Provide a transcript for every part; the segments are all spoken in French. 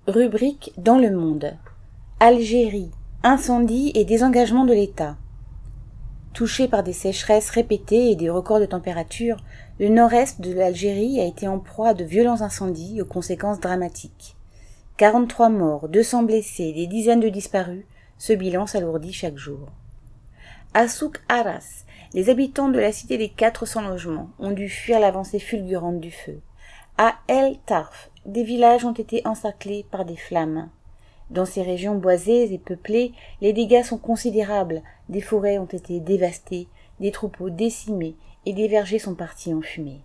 Rubrique dans le monde. Algérie, incendie et désengagement de l'État. Touché par des sécheresses répétées et des records de température, le nord-est de l'Algérie a été en proie à de violents incendies aux conséquences dramatiques. 43 morts, 200 blessés, des dizaines de disparus, ce bilan s'alourdit chaque jour. À Souk Arras, les habitants de la cité des 400 logements ont dû fuir l'avancée fulgurante du feu. À El Tarf, des villages ont été encerclés par des flammes. Dans ces régions boisées et peuplées, les dégâts sont considérables. Des forêts ont été dévastées, des troupeaux décimés et des vergers sont partis en fumée.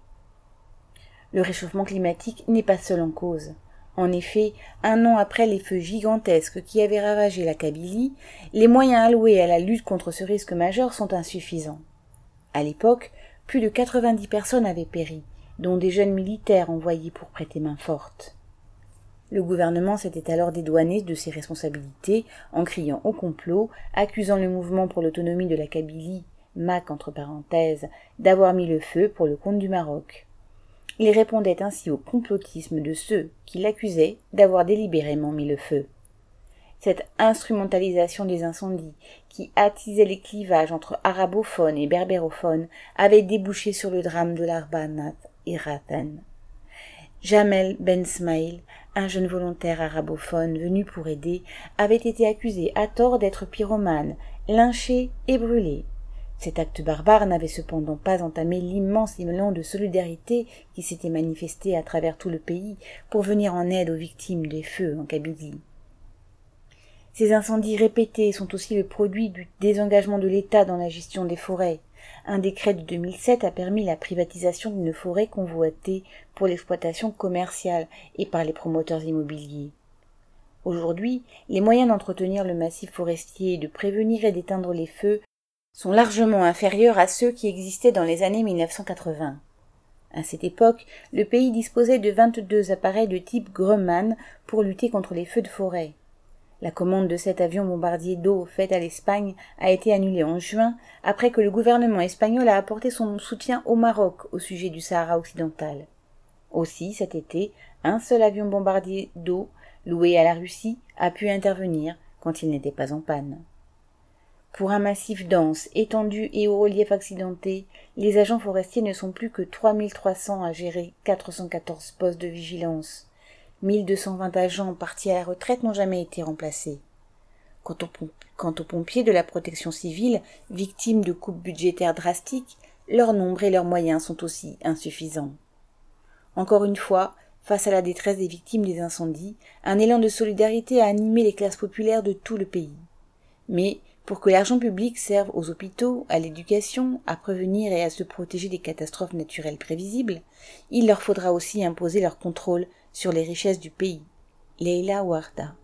Le réchauffement climatique n'est pas seul en cause. En effet, un an après les feux gigantesques qui avaient ravagé la Kabylie, les moyens alloués à la lutte contre ce risque majeur sont insuffisants. À l'époque, plus de 90 personnes avaient péri, dont des jeunes militaires envoyés pour prêter main forte. Le gouvernement s'était alors dédouané de ses responsabilités en criant au complot, accusant le mouvement pour l'autonomie de la Kabylie, MAC entre parenthèses, d'avoir mis le feu pour le compte du Maroc. Il répondait ainsi au complotisme de ceux qui l'accusaient d'avoir délibérément mis le feu. Cette instrumentalisation des incendies, qui attisait les clivages entre arabophones et berbérophones, avait débouché sur le drame de l'Arbanat et Rathan. Jamel Ben Smaïl, un jeune volontaire arabophone venu pour aider, avait été accusé à tort d'être pyromane, lynché et brûlé. Cet acte barbare n'avait cependant pas entamé l'immense élan de solidarité qui s'était manifesté à travers tout le pays pour venir en aide aux victimes des feux en Kabylie. Ces incendies répétés sont aussi le produit du désengagement de l'État dans la gestion des forêts. Un décret de 2007 a permis la privatisation d'une forêt convoitée pour l'exploitation commerciale et par les promoteurs immobiliers. Aujourd'hui, les moyens d'entretenir le massif forestier, de prévenir et d'éteindre les feux sont largement inférieurs à ceux qui existaient dans les années 1980. À cette époque, le pays disposait de 22 appareils de type Grumman pour lutter contre les feux de forêt. La commande de 7 avions bombardiers d'eau faite à l'Espagne a été annulée en juin après que le gouvernement espagnol a apporté son soutien au Maroc au sujet du Sahara occidental. Aussi, cet été, un seul avion bombardier d'eau, loué à la Russie, a pu intervenir quand il n'était pas en panne. Pour un massif dense, étendu et au relief accidenté, les agents forestiers ne sont plus que 3300 à gérer 414 postes de vigilance. 1220 agents partis à la retraite n'ont jamais été remplacés. Quant aux pompiers de la protection civile, victimes de coupes budgétaires drastiques, leur nombre et leurs moyens sont aussi insuffisants. Encore une fois, face à la détresse des victimes des incendies, un élan de solidarité a animé les classes populaires de tout le pays. Mais, pour que l'argent public serve aux hôpitaux, à l'éducation, à prévenir et à se protéger des catastrophes naturelles prévisibles, il leur faudra aussi imposer leur contrôle sur les richesses du pays. Leila Ouarda.